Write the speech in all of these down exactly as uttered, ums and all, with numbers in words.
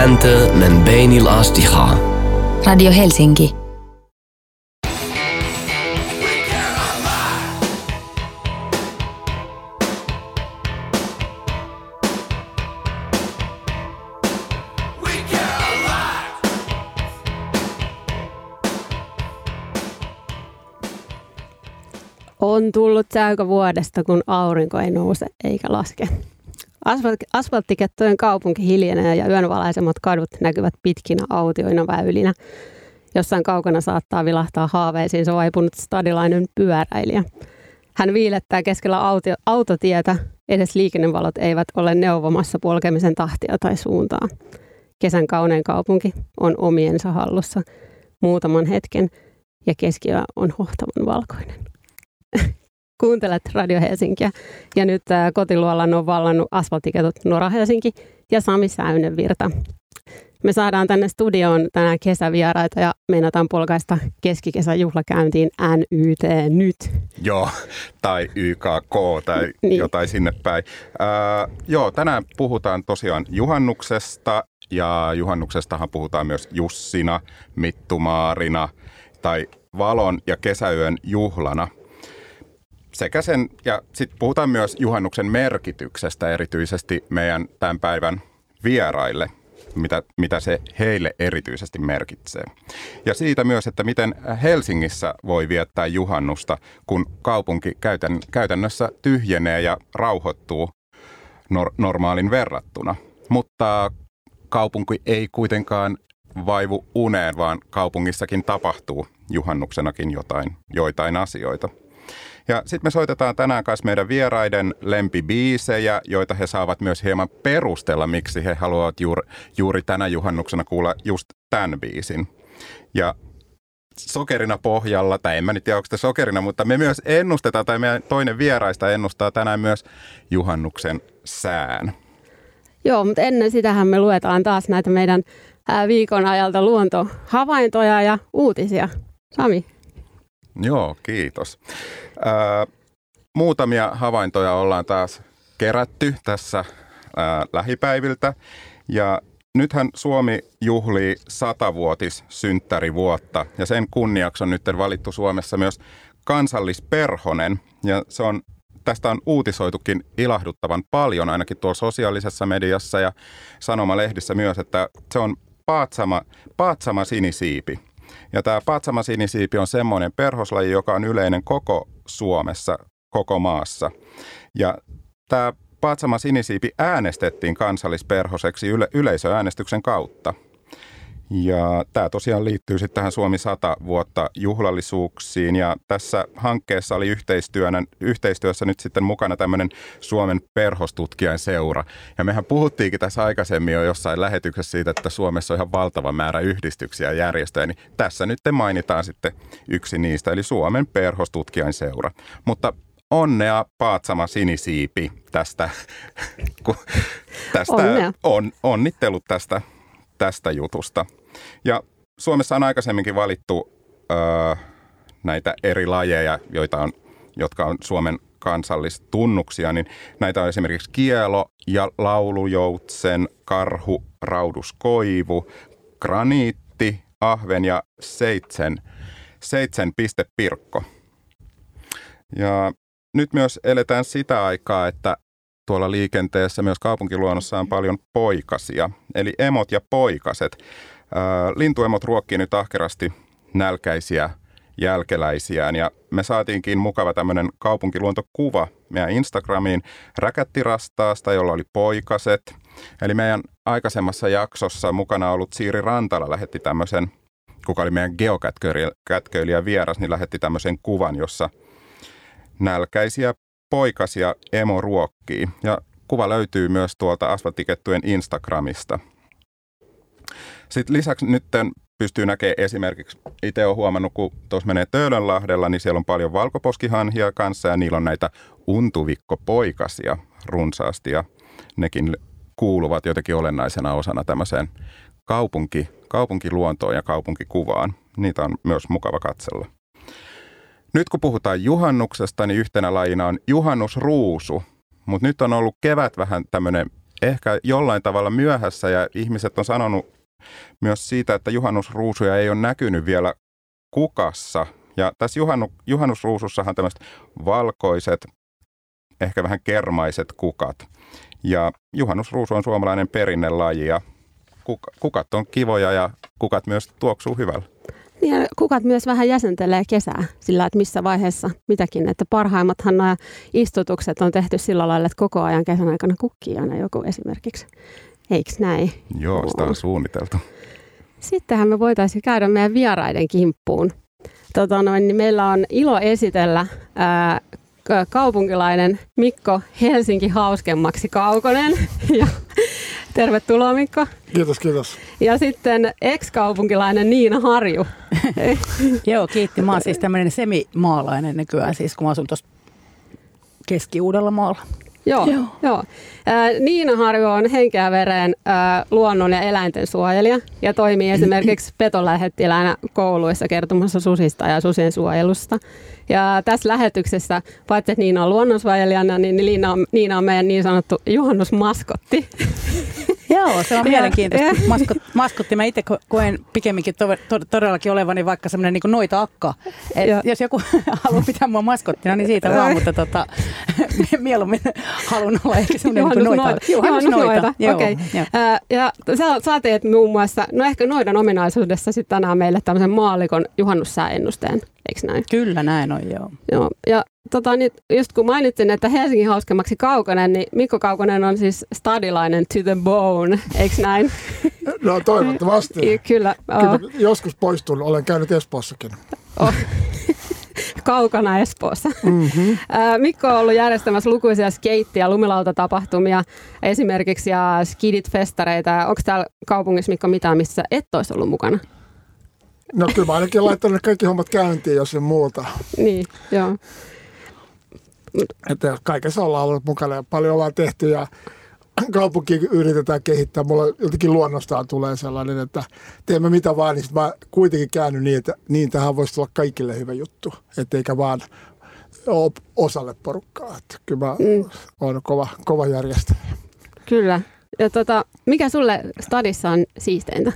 Ääntä men beinil astihaa. Radio Helsinki. On tullut se aika vuodesta, kun aurinko ei nouse eikä laske. Asfalt- asfalttikettojen kaupunki hiljenee ja yönvalaisemmat kadut näkyvät pitkinä autioina väylinä. Jossain kaukana saattaa vilahtaa haaveisiinsa vaipunut stadilainen pyöräilijä. Hän viilettää keskellä auto- autotietä, edes liikennevalot eivät ole neuvomassa polkemisen tahtia tai suuntaa. Kesän kaunein kaupunki on omiensa hallussa muutaman hetken ja keskiö on hohtavan valkoinen. Kuuntelet Radio Helsinkiä ja nyt kotiluolan on vallannut asfalttiketut Nora Helsinki ja Sami Säynävirta. Me saadaan tänne studioon tänään kesävieraita ja meinataan polkaista keskikesän juhlakäyntiin N Y T nyt. Joo, tai Y K K tai niin. Jotain sinne päin. Äh, joo, tänään puhutaan tosiaan juhannuksesta ja juhannuksestahan puhutaan myös Jussina, Mittumaarina tai valon ja kesäyön juhlana. Sekä sen, ja sitten puhutaan myös juhannuksen merkityksestä erityisesti meidän tämän päivän vieraille, mitä, mitä se heille erityisesti merkitsee. Ja siitä myös, että miten Helsingissä voi viettää juhannusta, kun kaupunki käytän, käytännössä tyhjenee ja rauhoittuu nor, normaalin verrattuna. Mutta kaupunki ei kuitenkaan vaivu uneen, vaan kaupungissakin tapahtuu juhannuksenakin jotain, joitain asioita. Ja sitten me soitetaan tänään kanssa meidän vieraiden lempibiisejä, joita he saavat myös hieman perustella, miksi he haluavat juuri, juuri tänä juhannuksena kuulla just tämän biisin. Ja sokerina pohjalla, tai en mä nyt tiedä, onko se sokerina, mutta me myös ennustetaan, tai meidän toinen vieraista ennustaa tänään myös juhannuksen sään. Joo, mutta ennen sitähän me luetaan taas näitä meidän viikon ajalta luontohavaintoja ja uutisia. Sami. Joo, kiitos. Ää, muutamia havaintoja ollaan taas kerätty tässä ää, lähipäiviltä. Ja nythän Suomi juhlii satavuotissynttärivuotta ja sen kunniaksi on nyt valittu Suomessa myös kansallisperhonen. Ja se on, tästä on uutisoitukin ilahduttavan paljon, ainakin tuolla sosiaalisessa mediassa ja sanomalehdissä myös, että se on paatsama, paatsama sinisiipi. Ja tämä paatsama sinisiipi on semmoinen perhoslaji, joka on yleinen koko Suomessa, koko maassa. Ja tämä paatsama sinisiipi äänestettiin kansallisperhoseksi yle- yleisöäänestyksen kautta. Ja tämä tosiaan liittyy sitten tähän Suomi sata vuotta juhlallisuuksiin. Ja tässä hankkeessa oli yhteistyössä nyt sitten mukana tämmöinen Suomen perhostutkijain seura. Ja mehän puhuttiinkin tässä aikaisemmin jo jossain lähetyksessä siitä, että Suomessa on ihan valtava määrä yhdistyksiä ja järjestöjä. Niin tässä nyt mainitaan sitten yksi niistä, eli Suomen perhostutkijain seura. Mutta onnea Paatsama sinisiipi tästä, tästä on, onnittelut tästä. tästä jutusta. Ja Suomessa on aikaisemminkin valittu öö, näitä eri lajeja, joita on, jotka on Suomen kansallistunnuksia, niin näitä on esimerkiksi kielo ja laulujoutsen, karhu, rauduskoivu, graniitti, ahven ja seitsen, seitsen pistepirkko. Ja nyt myös eletään sitä aikaa, että tuolla liikenteessä myös kaupunkiluonnossa on paljon poikasia, eli emot ja poikaset. Ää, lintuemot ruokkii nyt ahkerasti nälkäisiä jälkeläisiään ja me saatiinkin mukava tämmöinen kaupunkiluontokuva meidän Instagramiin räkättirastaasta, jolla oli poikaset. Eli meidän aikaisemmassa jaksossa mukana ollut Siiri Rantala lähetti tämmöisen, kuka oli meidän geokätköilijä vieras, niin lähetti tämmöisen kuvan, jossa nälkäisiä poikasia emo ruokkii. Ja kuva löytyy myös tuolta asfalttikettujen Instagramista. Sitten lisäksi nyt pystyy näkemään esimerkiksi, itse olen huomannut, kun tuossa menee Töölönlahdella, niin siellä on paljon valkoposkihanhia kanssa ja niillä on näitä untuvikkopoikasia runsaasti ja nekin kuuluvat jotenkin olennaisena osana tämmöiseen kaupunki, kaupunkiluontoon ja kaupunkikuvaan. Niitä on myös mukava katsella. Nyt kun puhutaan juhannuksesta, niin yhtenä lajina on juhannusruusu, mutta nyt on ollut kevät vähän tämmöinen ehkä jollain tavalla myöhässä ja ihmiset on sanonut myös siitä, että juhannusruusuja ei ole näkynyt vielä kukassa. Ja tässä juhannu, juhannusruusussahan tämmöiset valkoiset, ehkä vähän kermaiset kukat. Ja juhannusruusu on suomalainen perinnelaji ja kukat on kivoja ja kukat myös tuoksuu hyvällä. Ja kukat myös vähän jäsentelee kesää sillä, että missä vaiheessa mitäkin. Että parhaimmathan nämä istutukset on tehty sillä lailla, että koko ajan kesän aikana kukkii aina joku esimerkiksi. Eikö näin? Joo, sitä on suunniteltu. Sittenhän me voitaisiin käydä meidän vieraiden kimppuun. Tota noin, niin meillä on ilo esitellä ää, kaupunkilainen Mikko Helsinki hauskemmaksi Kaukonen. Ja tervetuloa Mikko. Kiitos, kiitos. Ja sitten ex-kaupunkilainen Niina Harju. Joo, kiitti. Mä oon siis tämmöinen semimaalainen nykyään, siis kun mä asun tuossa Keski-Uudellamaalla. Joo, joo. joo. Ää, Niina Harju on henkeä vereen ää, luonnon ja eläinten suojelija ja toimii esimerkiksi petolähettiläänä kouluissa kertomassa susista ja susien suojelusta. Ja tässä lähetyksessä, paitsi että Niina on luonnonsuojelijana, niin Niina on, Niina on meidän niin sanottu juhannusmaskotti. Joo, se on mielenkiintoista. Maskot, maskotti. Mä itse koen pikemminkin to, to, todellakin olevani vaikka semmoinen niin kuin noita-akka. Jos joku haluaa pitää mua maskottina, niin siitä vaan, mutta tota, mieluummin haluan olla ehkä semmoinen niin kuin noita. Juhannusnoita. Okei. Okay. Ja sä, sä teet muun muassa, no ehkä noidan ominaisuudessa sitten tänään meille tämmöisen maallikon juhannussääennusteen, eikö näin? Kyllä näin on, joo. Joo, ja tota, niin just kun mainitsin, että Helsingin hauskemmaksi Kaukonen, niin Mikko Kaukonen on siis stadilainen to the bone, eikö näin? No toivottavasti. Kyllä. Kyllä joskus poistun, olen käynyt Espoossakin. Oh. Kaukana Espoossa. Mm-hmm. Mikko on ollut järjestämässä lukuisia skeitti- ja lumilautatapahtumia esimerkiksi ja skidit-festareita. Onko täällä kaupungissa, Mikko, mitään, missä et olisi ollut mukana? No kyllä mä ainakin laittanut kaikki hommat käyntiin, jos ei muuta. Niin, joo. Että kaikessa ollaan ollut mukana ja paljon ollaan tehty ja kaupunki yritetään kehittää. Mulla jotenkin luonnostaan tulee sellainen, että teemme mitä vaan, niin mä kuitenkin käännyn niin, että niin tähän voisi tulla kaikille hyvä juttu. Että eikä vaan osalle porukkaa. Että kyllä mä mm. oon kova, kova järjestäjä. Kyllä. Ja tota, mikä sulle stadissa on siisteintä?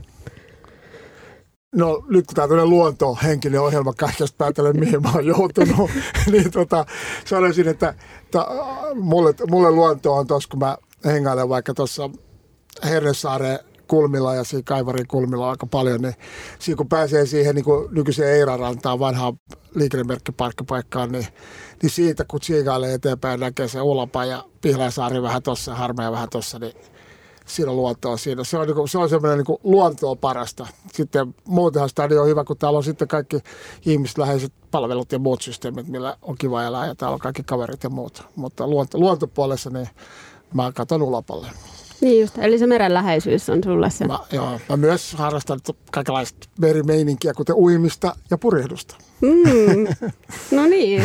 No nyt kun tämä tämmöinen luontohenkinen ohjelma kaikesta päätellen, mihin mä oon joutunut, niin tota, sanoisin, että ta, mulle, mulle luonto on tuossa, kun mä hengailen vaikka tuossa Hernesaaren kulmilla ja siinä Kaivarin kulmilla aika paljon, niin siinä kun pääsee siihen niin kuin nykyiseen Eirarantaan vanhaan liikennemerkkiparkkipaikkaan, niin, niin siitä kun tsiikailee eteenpäin näkee se Ulapa ja Pihlajasaari vähän tuossa, Harmea vähän tuossa, niin siinä luontoa siinä. Se on, niin kuin, se on semmoinen niin luontoa parasta. Sitten muutenhan stadion on hyvä, kun täällä on sitten kaikki ihmisläheiset palvelut ja muut systeemit, millä on kiva elää ja täällä on kaikki kaverit ja muut. Mutta luonto, luontopuolessa niin mä katson Ulapalle. Niin just, eli se meren läheisyys on sulle se. Mä, joo, mä myös harrastan kaikenlaista merimeininkiä, kuten uimista ja purjehdusta. Mm. No niin.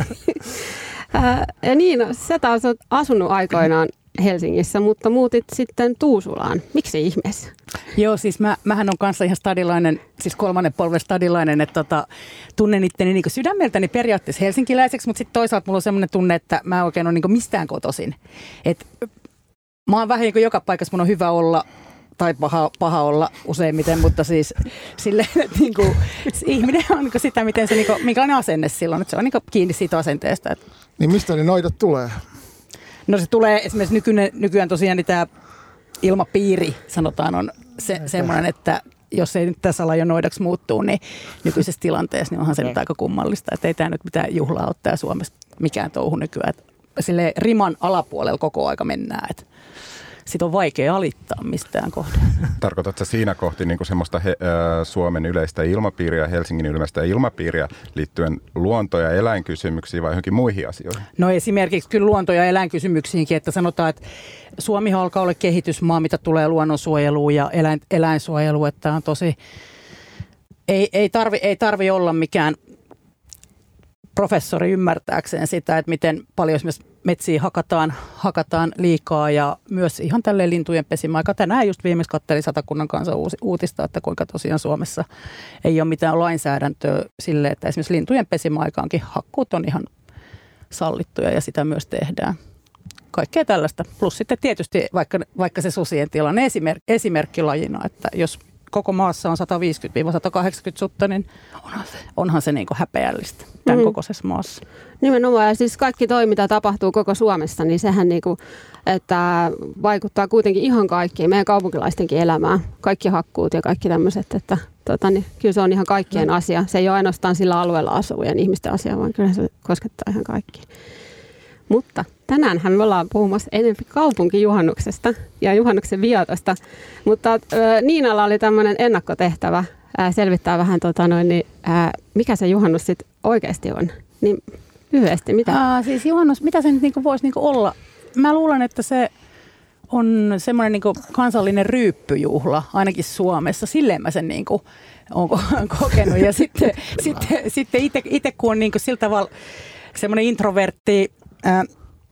ja niin, sä taas oot asunut aikoinaan Helsingissä, mutta muutit sitten Tuusulaan. Miksi ihmeessä? Joo, siis mä, mähän on kanssa ihan stadilainen, siis kolmannen polven stadilainen, että tota, tunnen itteni niin sydämeltäni periaatteessa helsinkiläiseksi, mutta sitten toisaalta mulla on semmoinen tunne, että mä en oikein ole niin mistään kotoisin. Et, mä oon vähän niin kuin joka paikassa, mun on hyvä olla tai paha, paha olla useimmiten, mutta siis silleen, että niin kuin, ihminen on niin sitä, miten se, niin kuin, minkälainen asenne silloin, että se on niin kiinni siitä asenteesta. Että. Niin mistä ne noidat tulee? No se tulee esimerkiksi nykyään, nykyään tosiaan niin tämä ilmapiiri, sanotaan, on se, semmoinen, että jos ei nyt tässä ala jo noidaksi muuttuu, niin nykyisessä tilanteessa niin onhan se nyt aika kummallista, että ei tämä nyt mitään juhlaa ole tää Suomessa mikään touhu nykyään. Silleen riman alapuolella koko aika mennään, että sit on vaikea alittaa mistään kohtaa. Tarkoitatko siinä kohti niin kuin semmoista he, äh, Suomen yleistä ilmapiiriä, Helsingin yleistä ilmapiiriä liittyen luonto- ja eläinkysymyksiin vai johonkin muihin asioihin? No esimerkiksi kyllä luonto- ja eläinkysymyksiinkin, että sanotaan, että Suomi alkaa olla kehitysmaa, mitä tulee luonnonsuojeluun ja eläin, eläinsuojeluun, että on tosi, ei, ei, tarvi, ei tarvi olla mikään professori ymmärtääkseen sitä, että miten paljon esimerkiksi metsiä hakataan, hakataan liikaa ja myös ihan tälleen lintujen pesimäaika. Tänään just viimeksi katselin Satakunnan Kansan uutista, että kuinka tosiaan Suomessa ei ole mitään lainsäädäntöä sille, että esimerkiksi lintujen pesimäaikaankin hakkuut on ihan sallittuja ja sitä myös tehdään. kaikkea tällaista. Plus sitten tietysti vaikka, vaikka se susien tilanne esimerk, esimerkkilajina, että jos koko maassa on sata viisikymmentä sata kahdeksankymmentä sutta, niin onhan se, onhan se niin kuin häpeällistä tämän mm. kokoisessa maassa. Nimenomaan, ja siis kaikki toi, mitä tapahtuu koko Suomessa, niin sehän niin kuin, että vaikuttaa kuitenkin ihan kaikkiin, meidän kaupunkilaistenkin elämään. Kaikki hakkuut ja kaikki tämmöiset, että tota, niin, kyllä se on ihan kaikkien mm. asia. Se ei ole ainoastaan sillä alueella asuvien ihmisten asia, vaan kyllä se koskettaa ihan kaikkia. Mutta tänäänhän me ollaan puhumassa enemmän kaupunkijuhannuksesta ja juhannuksen vietosta. Mutta äh, Niinalla oli tämmöinen ennakkotehtävä äh, selvittää vähän, tota noin, niin, äh, mikä se juhannus sitten oikeasti on. Niin lyhyesti, mitä? Aa, siis juhannus, mitä se nyt niinku voisi niinku olla? Mä luulen, että se on semmoinen niinku kansallinen ryyppyjuhla, ainakin Suomessa. Silleen mä sen niinku olen kokenut. Ja sitten, sitten, sitten itse kun on niinku sillä tavalla semmoinen introvertti, Äh,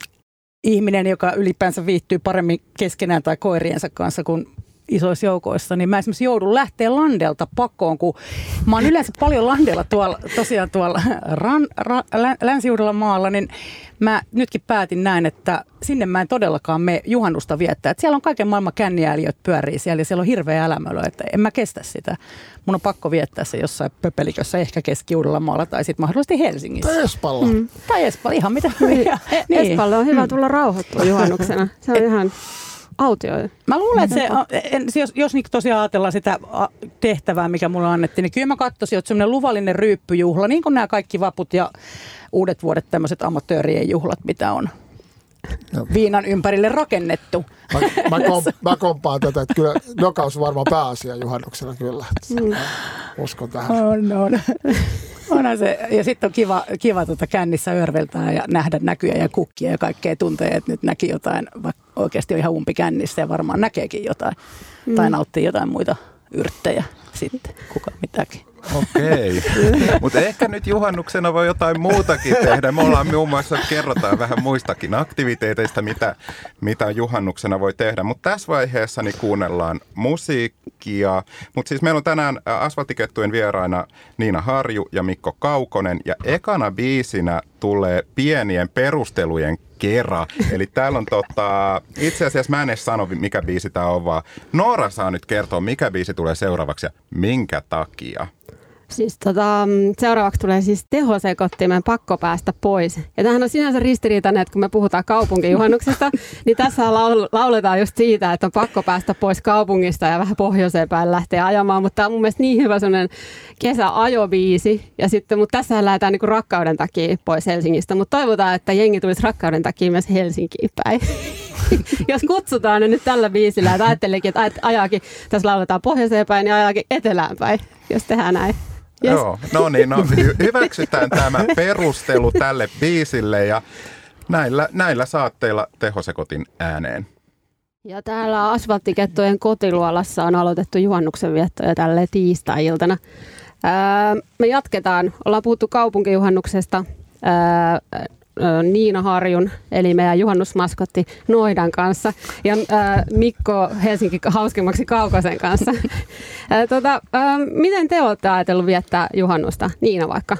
ihminen, joka ylipäänsä viihtyy paremmin keskenään tai koiriensa kanssa kuin isoissa joukoissa, niin mä esimerkiksi joudun lähteä landelta pakoon, kun mä oon yleensä paljon landella tuolla, tosiaan tuolla ran, ra, lä, Länsi-Uudellamaalla, niin mä nytkin päätin näin, että sinne mä en todellakaan mene juhannusta viettää. Että siellä on kaiken maailman känniäilijöitä pyörii siellä ja siellä on hirveä älämölö, että en mä kestä sitä. Mun on pakko viettää se jossain pöpelikössä, ehkä Keski-Uudellamaalla tai sitten mahdollisesti Helsingissä. Tai Espalla. Mm. Tai Espalla, ihan mitä. Niin. Espalle on hyvä tulla rauhoittua juhannuksena. Se on ihan autio. Mä luulen, että se, en, jos, jos niin tosiaan ajatellaan sitä tehtävää, mikä mulle annettiin, niin kyllä mä katsoisin, että semmoinen luvallinen ryyppyjuhla, niin kuin nämä kaikki vaput ja uudet vuodet, tämmöiset amatöörien juhlat, mitä on no. viinan ympärille rakennettu. Mä, mä, kom, mä kompaan tätä, että kyllä nokaus on varmaan pääasia juhannuksena kyllä. Mm. Uskon tähän. On, on. Onhan se. Ja sitten on kiva, kiva tuota kännissä örveltää ja nähdä näkyjä ja kukkia ja kaikkea tuntee, että nyt näki jotain, vaikka oikeasti on ihan umpi kännissä ja varmaan näkeekin jotain. Mm. Tai nauttii jotain muita yrttejä sitten, kuka mitäkin. Okei, mutta ehkä nyt juhannuksena voi jotain muutakin tehdä. Me ollaan muun muassa, kerrotaan vähän muistakin aktiviteeteista, mitä, mitä juhannuksena voi tehdä. Mutta tässä vaiheessa niin kuunnellaan musiikkia. Mutta siis meillä on tänään Asfalttikettujen vieraina Niina Harju ja Mikko Kaukonen. Ja ekana biisinä tulee Pienien perustelujen kera. Eli täällä on tota, itse asiassa mä en edes sano, mikä biisi tää on, vaan Noora saa nyt kertoa, mikä biisi tulee seuraavaksi ja minkä takia. Siis tota, seuraavaksi tulee siis tehosekottimen Pakko päästä pois. Ja tämähän on sinänsä ristiriitainen, että kun me puhutaan kaupunkijuhannuksesta, niin tässä laul- lauletaan just siitä, että on pakko päästä pois kaupungista ja vähän pohjoiseen päin lähteä ajamaan. Mutta tämä on mun mielestä niin hyvä sellainen kesäajobiisi. Ja sitten, mutta tässä lähdetään niinku rakkauden takia pois Helsingistä. Mutta toivotaan, että jengi tulisi rakkauden takia myös Helsinkiin päin. Jos kutsutaan ne nyt tällä biisillä, että ajattelekin, että ajaakin, tässä lauletaan pohjoiseen päin ja ajaakin etelään päin, jos tehdään näin. Yes. Joo, no niin, no, hy- hyväksytään tämä perustelu tälle biisille ja näillä, näillä saatteilla tehosekotin ääneen. Ja täällä Asfalttikettujen kotiluolassa on aloitettu juhannuksen viettoja tälle tiistai-iltana. Öö, me jatketaan, ollaan puhuttu kaupunkijuhannuksesta. Öö, Niina Harjun, eli meidän juhannusmaskotti Noidan kanssa, ja ää, Mikko Helsinki hauskimmaksi Kaukosen kanssa. Ää, tota, ää, miten te olette ajatellut viettää juhannusta? Niina vaikka.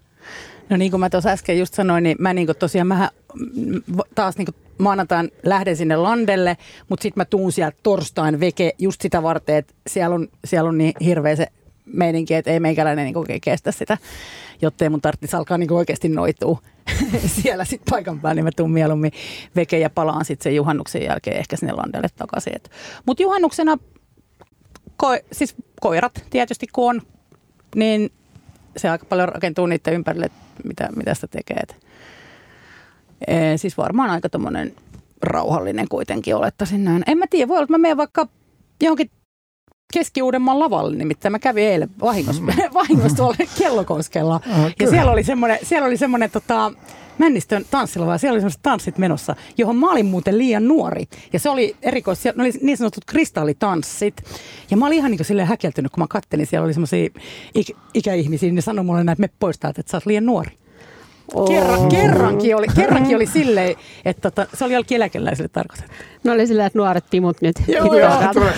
No niin kuin mä tuossa äsken just sanoin, niin mä niin kuin tosiaan mä taas niin kuin maanantain lähden sinne landelle, mutta sitten mä tuun sieltä torstain veke just sitä varten, että siellä on, siellä on niin hirveä se meininki, että ei meikäläinen niin oikein kestä sitä, jottei mun tarvitsisi alkaa niin oikeasti noitua siellä sitten paikan päällä, niin mä tuun mieluummin veke ja palaan sitten sen juhannuksen jälkeen ehkä sinne landelle takaisin. Mutta juhannuksena, ko- siis koirat tietysti kun on, niin se aika paljon rakentuu niiden ympärille, mitä, mitä sitä tekee. Et, e, siis varmaan aika tommonen rauhallinen kuitenkin olettaisin näin. En mä tiedä, voi olla, että mä menen vaikka johonkin Keski-Uudenmaan lavalle, nimittäin mä kävin eilen vahingossa, mm. vahingossa tuolla Kellokoskella. Okay. Ja siellä oli semmoinen, siellä oli semmoinen tota, Männistön tanssilava, siellä oli semmoiset tanssit menossa, johon mä olin muuten liian nuori. Ja se oli erikois, siellä oli niin sanotut kristallitanssit. Ja mä olin ihan niin kuin silleen häkeltynyt, kun mä kattelin, siellä oli semmoisia ik- ikäihmisiä, niin ne sanoi mulle näin, että me poistaa, että sä oot liian nuori. Kerran, kerrankin, oli, kerrankin oli silleen, että tota, se oli jollekin eläkeläisille tarkoitettu. No oli silleen, että nuoret timut nyt. Joo, joo.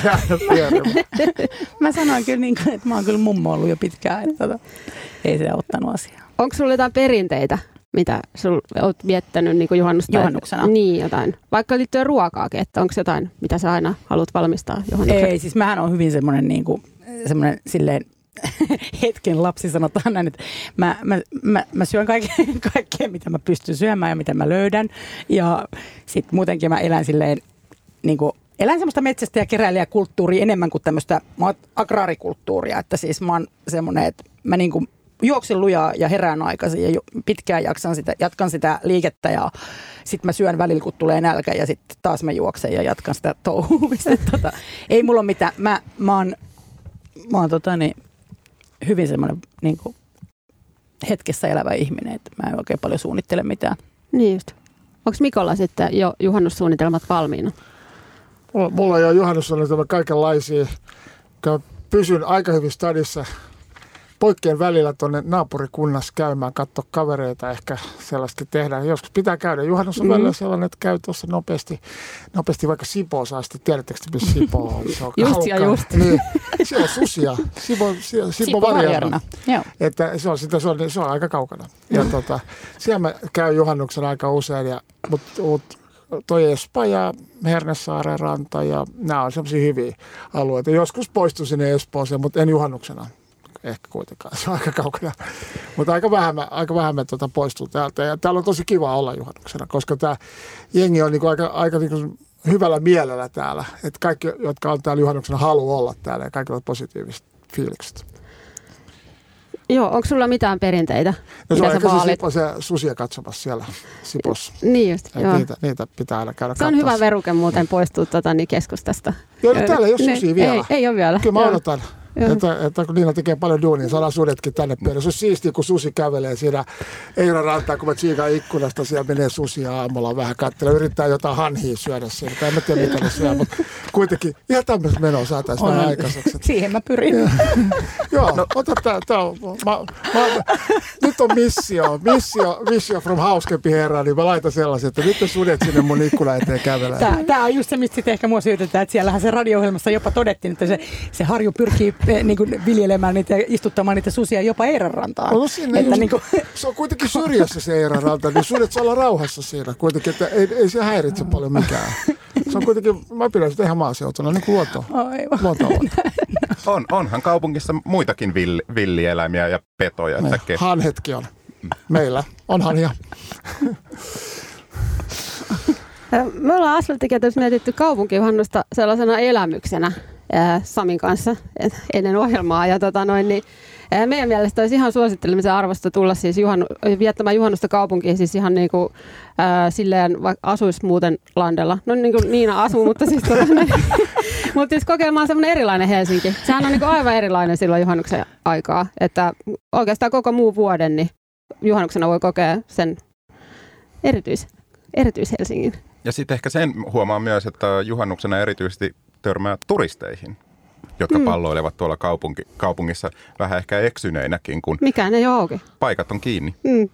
Mä sanoin kyllä niin, että mä oon kyllä mummo ollut jo pitkään, että tota, ei se ottanut asiaa. Onko sulla jotain perinteitä mitä sul olet viettänyt niin kuin juhannusta? Juhannuksena? Niin, jotain. Vaikka liittyen ruokaakin, että onko jotain, mitä sä aina haluat valmistaa juhannuksena? Ei, siis mähän on hyvin semmoinen niin kuin, semmoinen silleen hetken lapsi, sanotaan näin, että mä, mä, mä, mä syön kaikkea, kaikkea, mitä mä pystyn syömään ja mitä mä löydän. Ja sitten muutenkin mä elän silleen, niin kuin, elän semmoista metsästä ja keräilijäkulttuuria enemmän kuin tämmöistä agraarikulttuuria. Että siis mä oon semmoinen, että mä niin kuin juoksen lujaa ja herään aikaisin ja pitkään jaksan sitä, jatkan sitä liikettä ja sitten mä syön välillä, kun tulee nälkä ja sitten taas mä juoksen ja jatkan sitä touhua. tota, ei mulla ole mitään. Mä, mä oon, mä oon tota, niin, hyvin semmoinen niin kuin hetkessä elävä ihminen, että mä en oikein paljon suunnittele mitään. Niin just. Onko Mikolla sitten jo juhannussuunnitelmat valmiina? Mulla, mulla ei ole juhannussuunnitelmat kaikenlaisia. Pysyn aika hyvin stadissa. Poikkeen välillä tuonne naapurikunnassa käymään, katsoa kavereita, ehkä sellaistakin tehdään. Joskus pitää käydä. Juhannus on mm. välillä sellainen, että käy tuossa nopeasti, nopeasti vaikka Sipoossa asti. Tiedättekö, missä Sipoo on? Se on just ja just. Niin, siellä on susia. Sipo, Sipo, Sipo Varjarna. Että se on, sitä, se, on, se on aika kaukana. Ja tota, siellä mä käyn juhannuksen aika usein, ja, mutta mut, toi Espa ja Hernesaaren ranta ja nämä on sellaisia hyviä alueita. Joskus poistun sinne Espooseen, mutta en juhannuksena. Ehkä kuitenkaan, se on aika kaukana. Mutta aika vähän me, aika vähän me tuota poistuu täältä. Ja täällä on tosi kiva olla juhannuksena, koska tämä jengi on niinku aika, aika niinku hyvällä mielellä täällä. Että kaikki, jotka on täällä juhannuksena, haluaa olla täällä ja kaikki ovat positiiviset fiilikset. Joo, onko sulla mitään perinteitä? No se on ehkä se, Sipo, se susia katsomassa siellä Sipossa. Niin just, joo. Niitä, niitä pitää aina käydä Se on katsossa. Hyvä veruke muuten poistua tota, niin keskustasta. Joo, no täällä ei ole susia vielä. Ei, ei ole vielä. Kyllä mä odotan. Että, että kun Niina tekee paljon duunia, saadaan sudetkin tänne pieni. Se on siistiä, kun susi kävelee siinä Eiran rantaan, kun mä tsiikaan ikkunasta, siellä menee susia aamulla vähän katsella. Yrittää jotain hanhia syödä siinä. Tai en mä tiedä, mitä ne syö, mutta kuitenkin ihan tämmöistä menoa saataisiin vähän aikaiseksi. Siihen mä pyrin. Joo, no. Ota tää. tää on, mä, mä, nyt on missio, missio, missio from hauskempi herra, niin mä laitan sellaisen, että nyt on sudet sinne mun ikkuna eteen kävelee. Tää, tää on just se, mistä sitten ehkä mua syytetään, että siellähän se radio-ohjelmassa jopa todettiin, että se, se Harju pyrkii niin kuin viljelemään niitä ja istuttamaan niitä susia jopa Eiranrantaan. No siinä että niin kuin se on kuitenkin syrjässä se Eiranranta, niin sudet saa olla rauhassa siinä kuitenkin, että ei, ei se häiritse paljon mikään. Se on kuitenkin, mä pidän sitä ihan maaseutuna, niin kuin luonto. On, onhan kaupungissa muitakin vill, villieläimiä ja petoja. Me, hanhetki on. Meillä on hanhia. Me ollaan asfalttikeitossa mietitty kaupunkijuhannusta sellaisena elämyksenä Samin kanssa ennen ohjelmaa. Ja tota noin, niin meidän mielestä olisi ihan suosittelemisen arvosta tulla siis juhannu, viettämään juhannusta kaupunkiin siis ihan niin kuin ää, silleen, vaikka asuisi muuten landella. No niin kuin Niina asuu, mutta siis, tota, mutta siis kokeilemaan semmoinen erilainen Helsinki. Sehän on niin kuin aivan erilainen silloin juhannuksen aikaa. Että oikeastaan koko muu vuoden niin juhannuksena voi kokea sen erityis, erityis-Helsingin. Ja sitten ehkä sen huomaa myös, että juhannuksena erityisesti törmää turisteihin, jotka mm. palloilevat tuolla kaupunki, kaupungissa vähän ehkä eksyneinäkin, kun mikään ei ole auki. Paikat on kiinni. Mm.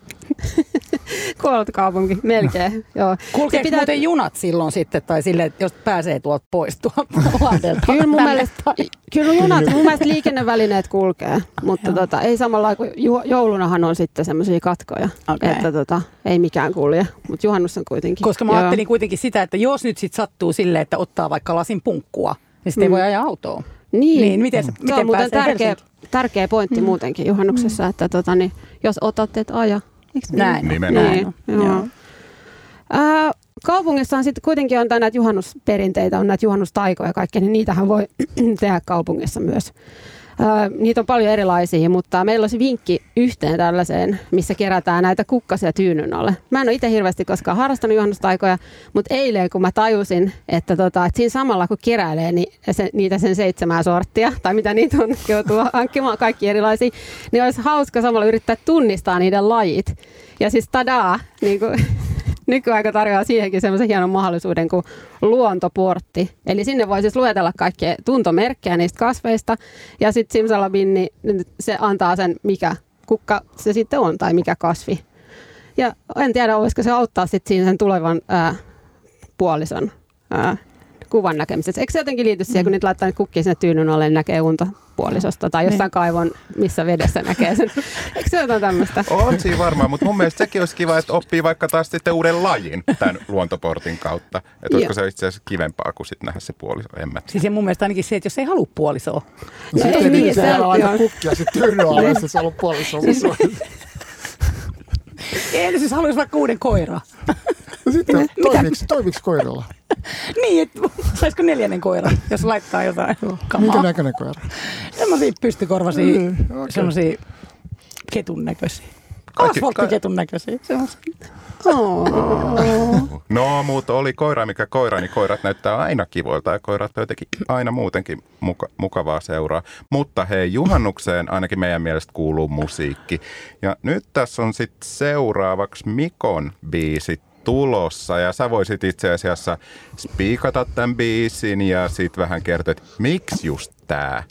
Kuollut kaupunki, melkein. Joo. Kulkeeko pitää muuten junat silloin sitten, tai silleen, että jos pääsee tuolta pois tuolta landelta? Kyllä mun mielestä, kyllä junat, mun mielestä liikennevälineet kulkee, mutta tota, ei samalla kuin joulunahan on sitten semmoisia katkoja, okay. Että tota, ei mikään kulje, mutta juhannus on kuitenkin. Koska mä ajattelin kuitenkin sitä, että jos nyt sit sattuu silleen, että ottaa vaikka lasin punkkua, niin sitten mm. ei voi ajaa autoa. Niin, niin miten, se miten on muuten tärkeä, tärkeä pointti mm. muutenkin juhannuksessa, että tota, niin, jos otat, et aja. Näin. Nimenomaan. Niin, joo. Joo. Ää, kaupungissa on sitten kuitenkin on näitä juhannusperinteitä, on näitä juhannustaikoja ja kaikkea, niin niitähän voi tehdä kaupungissa myös. Ää, niitä on paljon erilaisia, mutta meillä olisi vinkki yhteen tällaiseen, missä kerätään näitä kukkasia tyynyn alle. Mä en ole itse hirveästi koskaan harrastanut juhannustaikoja, mutta eilen kun mä tajusin, että, tota, että siinä samalla kun keräilee niin se, niitä sen seitsemää sorttia, tai mitä niitä on, joutuu hankkimaan kaikki erilaisia, niin olisi hauska samalla yrittää tunnistaa niiden lajit. Ja siis tadaa, niin kuin nykyaika tarjoaa siihenkin semmoisen hienon mahdollisuuden kuin luontoportti. Eli sinne voi siis luetella kaikkia tuntomerkkejä niistä kasveista. Ja sitten simsalabim, niin se antaa sen, mikä kukka se sitten on tai mikä kasvi. Ja en tiedä, voisiko se auttaa sitten siinä sen tulevan ää, puolison ää, kuvan näkemiseksi. Eikö se jotenkin liity siihen, kun niitä laittaa niitä kukkia sinne tyynyn alle, niin näkee unta puolisosta tai jossain kaivon, missä vedessä näkee sen. Eikö se jotain tämmöistä? On siinä varmaan, mutta mun mielestä sekin olisi kiva, että oppii vaikka taas sitten uuden lajin tämän luontoportin kautta. Että olisiko se itse asiassa kivempaa kuin sitten nähdä se puoliso, en mä. Siis ja mun mielestä ainakin se, että jos ei halua puolisoa. No sitten ei niin, se laita kukkia sitten tyynyn alle, jos se haluaa puolisoa. Ei, siis haluaisi vaikka uuden koiraa. No sitten toimiks, toimiks koiralla? Niin, että saisiko neljännen koira, jos laittaa jotain kamaa. Minkä näköinen koira? Semmoisia pystykorvaisia, Mm, okay. semmoisia ketun näköisiä. Asfalttiketun näköisiä. Oh. No, mutta oli koira mikä koira, niin koirat näyttää aina kivoilta ja koirat on jotenkin aina muutenkin muka, mukavaa seuraa. Mutta hei, juhannukseen ainakin meidän mielestä kuuluu musiikki. Ja nyt tässä on sitten seuraavaksi Mikon biisi tulossa ja sä voisit itse asiassa spiikata tämän biisin ja sitten vähän kertoa, että miksi just tää?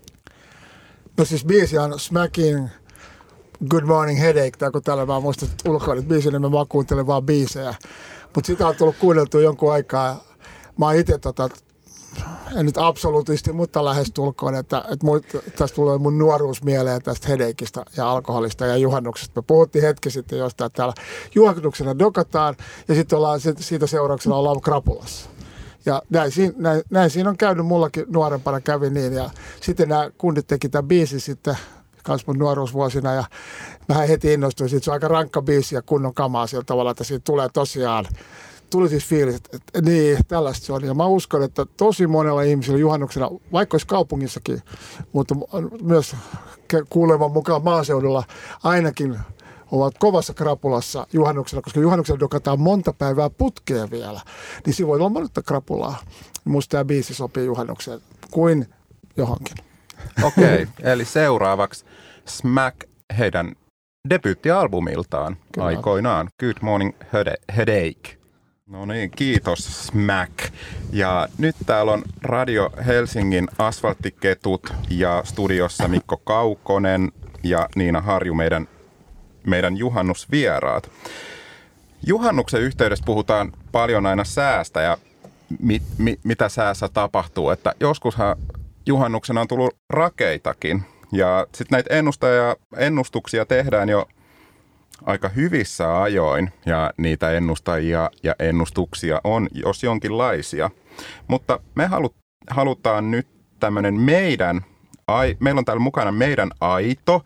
No siis biisi on Smacking Good Morning Headache, tai kun täällä mä muistan ulkoilet biisin, niin mä vaan kuuntelen vaan biisejä. Mutta sitä on tullut kuunneltua jonkun aikaa. Mä oon itse, tota, en nyt absoluutisti, mutta lähestulkoon, että, että mun, tästä tulee mun nuoruus mieleen tästä headacheista ja alkoholista ja juhannuksesta. Me puhuttiin hetki sitten jostain täällä. Juhannuksena dokataan ja sitten ollaan siitä seurauksena ollaan krapulassa. Ja näin, näin, näin siinä on käynyt mullakin nuorempana kävi niin. Ja sitten nämä kundit teki tämän biisin sitten kans mun nuoruusvuosina ja mä heti innostuin siitä. Se on aika rankka biisi ja kunnon kamaa sillä tavalla, että siitä tulee tosiaan, tuli siis fiilis, että, että niin, tällaista se on. Ja mä uskon, että tosi monella ihmisellä juhannuksena, vaikka olisi kaupungissakin, mutta myös kuuleman mukaan maaseudulla ainakin ovat kovassa krapulassa juhannuksena, koska juhannuksena dokataan monta päivää putkea vielä, niin siinä voi olla monta krapulaa. Musta tämä biisi sopii juhannukseen kuin johonkin. Okei, okay, eli seuraavaksi Smack heidän debyyttialbumiltaan Kyllä. aikoinaan. Good Morning Headache. No niin, kiitos Smack. Ja nyt täällä on Radio Helsingin Asfalttiketut ja studiossa Mikko Kaukonen ja Niina Harju, meidän, meidän juhannusvieraat. Juhannuksen yhteydessä puhutaan paljon aina säästä ja mit, mit, mitä säässä tapahtuu. Että joskushan juhannuksena on tullut rakeitakin ja sitten näitä ennustaja, ennustuksia tehdään jo aika hyvissä ajoin ja niitä ennustajia ja ennustuksia on jos jonkinlaisia. Mutta me halu, halutaan nyt tämmöinen meidän, ai, meillä on täällä mukana meidän aito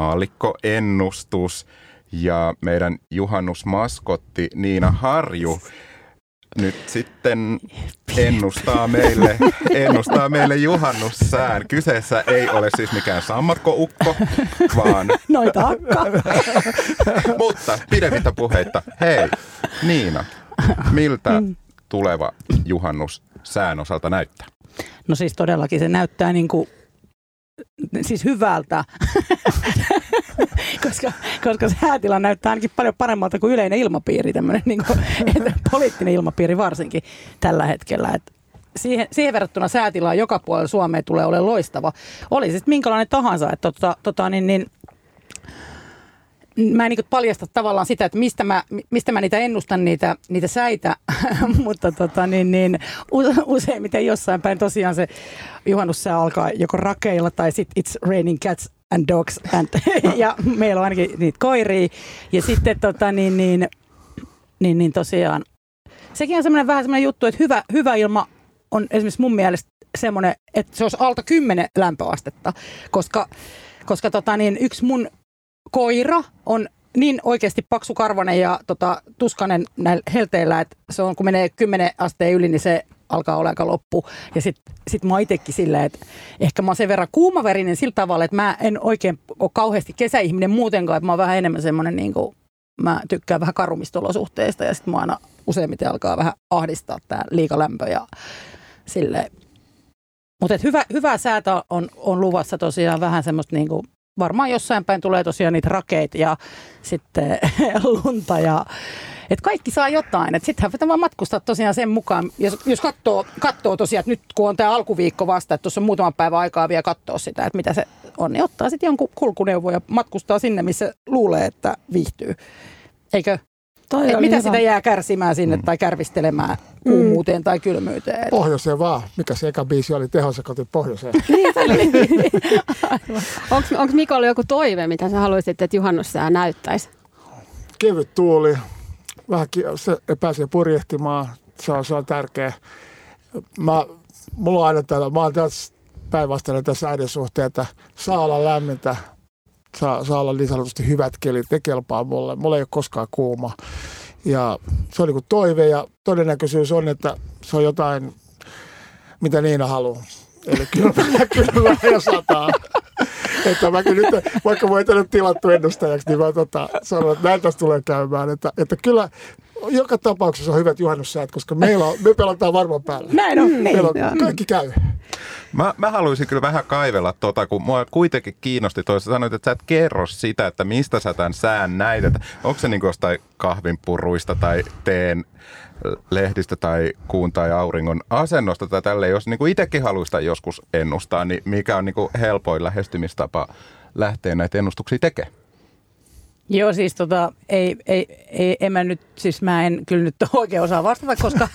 maallikkoennustus ja meidän juhannusmaskotti Niina Harju nyt sitten ennustaa meille, ennustaa meille juhannussään. Kyseessä ei ole siis mikään sammakkoukko, vaan... Noita akka. Mutta pidemmittä puheitta. Hei, Niina, miltä tuleva juhannus sään osalta näyttää? No siis todellakin se näyttää niin kuin, siis hyvältä, koska, koska se häätila näyttää ainakin paljon paremmalta kuin yleinen ilmapiiri, tämmöinen niin kuin, poliittinen ilmapiiri varsinkin tällä hetkellä. Et siihen, siihen verrattuna säätila joka puolella Suomea tulee olemaan loistava. Oli siis minkälainen tahansa, että tota, tota, niin, niin, mä en niin kuin paljasta tavallaan sitä, että mistä mä, mistä mä niitä ennustan, niitä, niitä säitä, mutta tota, niin, niin, useimmiten jossain päin tosiaan se juhannussää alkaa joko rakeilla tai sitten it's raining cats and dogs and, ja meillä on ainakin niitä koiria ja sitten tota, niin, niin, niin, niin tosiaan sekin on semmoinen vähän semmoinen juttu, että hyvä, hyvä ilma on esimerkiksi mun mielestä semmoinen, että se olisi alta kymmenen lämpöastetta, koska, koska tota, niin, yksi mun koira on niin oikeasti paksukarvainen ja tota, tuskainen näillä helteillä, että se on, kun menee kymmenen asteen yli, niin se alkaa olla aika loppu. Ja sitten sit mä oon itsekin silleen, että ehkä mä oon sen verran kuumaverinen sillä tavalla, että mä en oikein ole kauheasti kesäihminen muutenkaan, että mä oon vähän enemmän semmoinen, niin kuin, mä tykkään vähän karumista olosuhteista ja sitten mä aina useimmiten alkaa vähän ahdistaa tää liikalämpö ja silleen. Mutta hyvä, hyvää säätä on, on luvassa tosiaan vähän semmoista niin kuin varmaan jossain päin tulee tosiaan niitä rakeita ja sitten lunta ja että kaikki saa jotain. Että sittenhän pitää vaan matkustaa tosiaan sen mukaan. Jos, jos katsoo, katsoo tosiaan, että nyt kun on tämä alkuviikko vasta, että tuossa on muutama päivä aikaa vielä katsoa sitä, että mitä se on, niin ottaa sitten jonkun kulkuneuvon ja matkustaa sinne, missä luulee, että viihtyy. Eikö? Et mitä hyvä. Sitä jää kärsimään sinne mm. tai kärvistelemään kuumuuteen mm. tai kylmyyteen? Pohjoiseen vaan. Mikä se eka biisi oli? Tehossa koti pohjoiseen. Onko Mikolla joku toive, mitä sä haluaisit, että juhannussää näyttäisi? Kevyt tuuli. Vähän se pääsee purjehtimaan. Se on, se on tärkeä. Mä, mulla on aina täällä, mä oon tässä päinvastainen tässä äidin suhteen, että saa olla lämmintä. Saa, saa olla niin sanotusti hyvät kelit, ne kelpaa mulle. Mulla ei ole koskaan kuuma. Ja se on niin kuin toive ja todennäköisyys on, että se on jotain, mitä Niina haluaa. Eli kyllä, kyllä ja sataa. Että mäkin nyt, vaikka mä en ole tilattu ennustajaksi, niin mä tota, sanon, että näin tästä tulee käymään. Että, että kyllä joka tapauksessa on hyvät juhannussäät, koska meillä on, me pelataan varmaan päällä. Näin on. Meillä on kaikki käy. Mä, mä haluaisin kyllä vähän kaivella tota, kun mua kuitenkin kiinnosti toista. Sanoit, että sä et kerro sitä, että mistä sä tämän sään näit. Että onko se niin kuin jostain kahvinpuruista tai teen lehdistä tai kuun tai auringon asennosta tai tälleen. Jos niin kuin itsekin haluaisi joskus ennustaa, niin mikä on niin kuin helpoin lähestymistapa lähteä näitä ennustuksia tekemään? Joo, siis tota, ei, ei, ei, en mä nyt, siis mä en kyllä nyt oikein osaa vastata, koska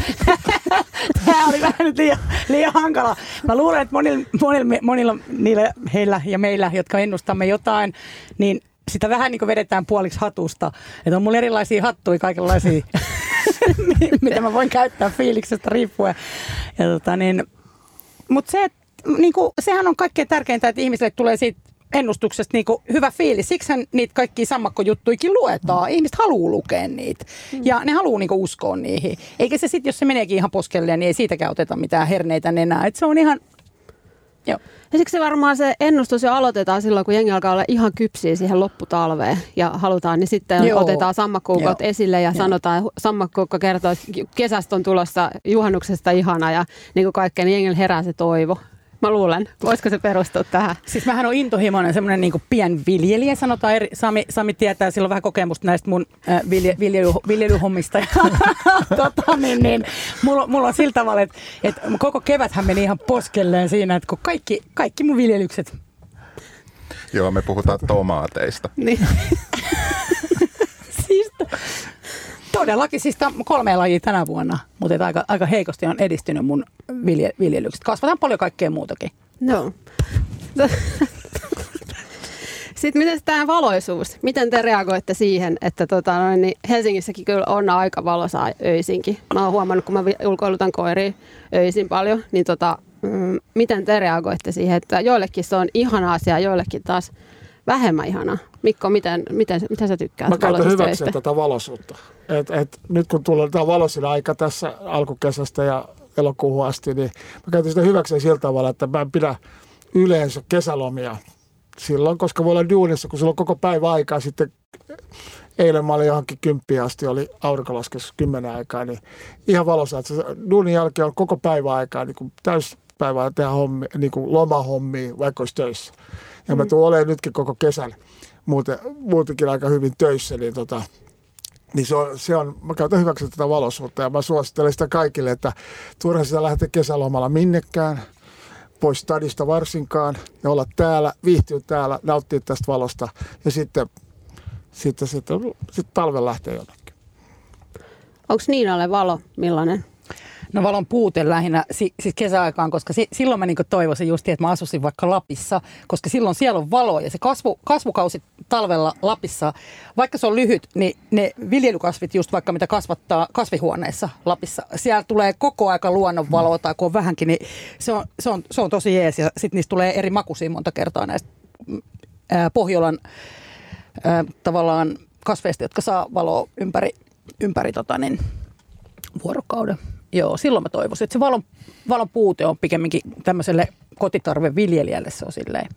tämä oli vähän nyt liian, liian hankala. Mä luulen, että monilla, monilla, monilla niillä, heillä ja meillä, jotka ennustamme jotain, niin sitä vähän niin kuin vedetään puoliksi hatusta. Että on mulla erilaisia hattuja, kaikenlaisia, mitä mä voin käyttää fiiliksestä riippuen. Ja tota niin, mutta se, niin kuin, sehän on kaikkein tärkeintä, että ihmisille tulee siitä ennustuksesta niinku hyvä fiilis. Siksihän niitä kaikkia sammakkojuttuikin luetaan. Ihmiset haluaa lukea niitä. Ja ne haluaa niinku uskoa niihin. Eikä se sitten, jos se meneekin ihan poskelleen, niin ei siitäkään oteta mitään herneitä nenää. Et se on ihan... Joo. Ja siksi varmaan se ennustus jo aloitetaan silloin, kun jengi alkaa olla ihan kypsiä siihen lopputalveen ja halutaan, niin sitten Joo. otetaan sammakkoukot esille ja Joo. sanotaan, sammakkoukko kertoo, että kesästä on tulossa juhannuksesta ihana ja niin kuin kaikkea, niin jengillä herää se toivo. Mä luulen. Voisiko se perustua tähän? Siis mähän on intohimoinen, semmoinen niin kuin pienviljelijä, sanotaan. Eri, Sami, Sami tietää, sillä on vähän kokemusta näistä mun äh, vilje, viljely, viljelyhommista. tota, niin, niin, mulla, mulla on sillä tavalla, että, että koko keväthän meni ihan poskelleen siinä, että kun kaikki, kaikki mun viljelykset... Joo, me puhutaan tomaateista. Niin. siis... Todellakin, siis kolme lajia tänä vuonna, mutta aika, aika heikosti on edistynyt mun vilje, viljelykset. Kasvataan paljon kaikkea muutakin. No. Sitten miten tämä valoisuus? Miten te reagoitte siihen, että tota, noin, niin Helsingissäkin kyllä on aika valosaa öisinkin. Mä oon huomannut, kun mä ulkoilutan koiria öisin paljon, niin tota, mm, miten te reagoitte siihen, että joillekin se on ihana asia, joillekin taas vähemmän ihanaa. Mikko, miten, miten, mitä sä tykkäät? Mä käytän hyväkseen tätä valoisuutta. Et, et, nyt kun tulee tämä valoisin aika tässä alkukesästä ja elokuuhun asti, niin mä käytän sitä hyväkseen sillä tavalla, että mä en pidä yleensä kesälomia silloin, koska voi olla duunissa, kun sulla on koko päivä aikaa. Sitten eilen mä olin johonkin kymppiä asti, oli aurinkolaskessa kymmenen aikaa, niin ihan valossa, että duunin jälkeen on koko päivä aikaa niin kuin täyspäivää tehdä hommi, niin kuin lomahommia, vaikka olisi töissä. Ja mm. mä tuun olemaan nytkin koko kesän muuten, muutenkin aika hyvin töissä, niin, tota, niin se, on, se on, mä käytän hyväksi tätä valoisuutta ja mä suosittelen sitä kaikille, että turha sitä lähteä kesälomalla minnekään, pois stadista varsinkaan ja olla täällä, viihtyä täällä, nauttia tästä valosta ja sitten, sitten, sitten, sitten talven lähtee jonnekin. Onko Niinalle valo millainen? No valon puute lähinnä siis kesäaikaan, koska si, silloin mä niin toivoisin just, että mä asuisin vaikka Lapissa, koska silloin siellä on valo ja se kasvu, kasvukausi talvella Lapissa, vaikka se on lyhyt, niin ne viljelykasvit just vaikka mitä kasvattaa kasvihuoneessa Lapissa, siellä tulee koko aika luonnonvaloa tai kun on vähänkin, niin se on, se on, se on tosi jees ja sitten niistä tulee eri makuisia monta kertaa näistä ää, Pohjolan ää, tavallaan kasveista, jotka saa valoa ympäri, ympäri tota niin, vuorokauden. Joo, silloin mä toivoisin, että se valon, valon puute on pikemminkin tämmöiselle kotitarveviljelijälle se on silleen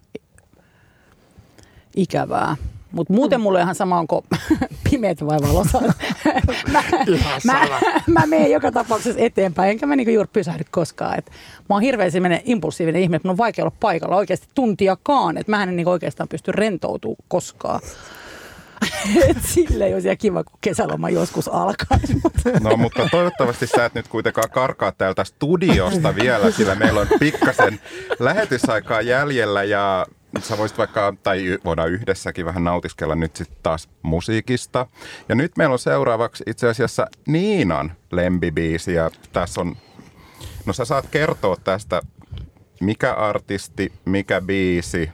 ikävää. Mutta muuten mulle ihan sama, onko pimeät vai valossa. mä, mä, mä menen joka tapauksessa eteenpäin, enkä mä niinku juuri pysähdy koskaan. Et mä oon hirveän impulsiivinen ihminen, että mun on vaikea olla paikalla oikeasti tuntiakaan. Että mähän en niinku oikeastaan pysty rentoutumaan koskaan. Silleen olisi kiva, kun kesäloma joskus alkaisi. No, mutta toivottavasti sä et nyt kuitenkaan karkaa täältä studiosta vielä, sillä meillä on pikkasen lähetysaikaa jäljellä ja sä voisit vaikka, tai voidaan yhdessäkin vähän nautiskella nyt sitten taas musiikista. Ja nyt meillä on seuraavaksi itse asiassa Niinan lempibiisi, ja tässä on, no sä saat kertoa tästä, mikä artisti, mikä biisi,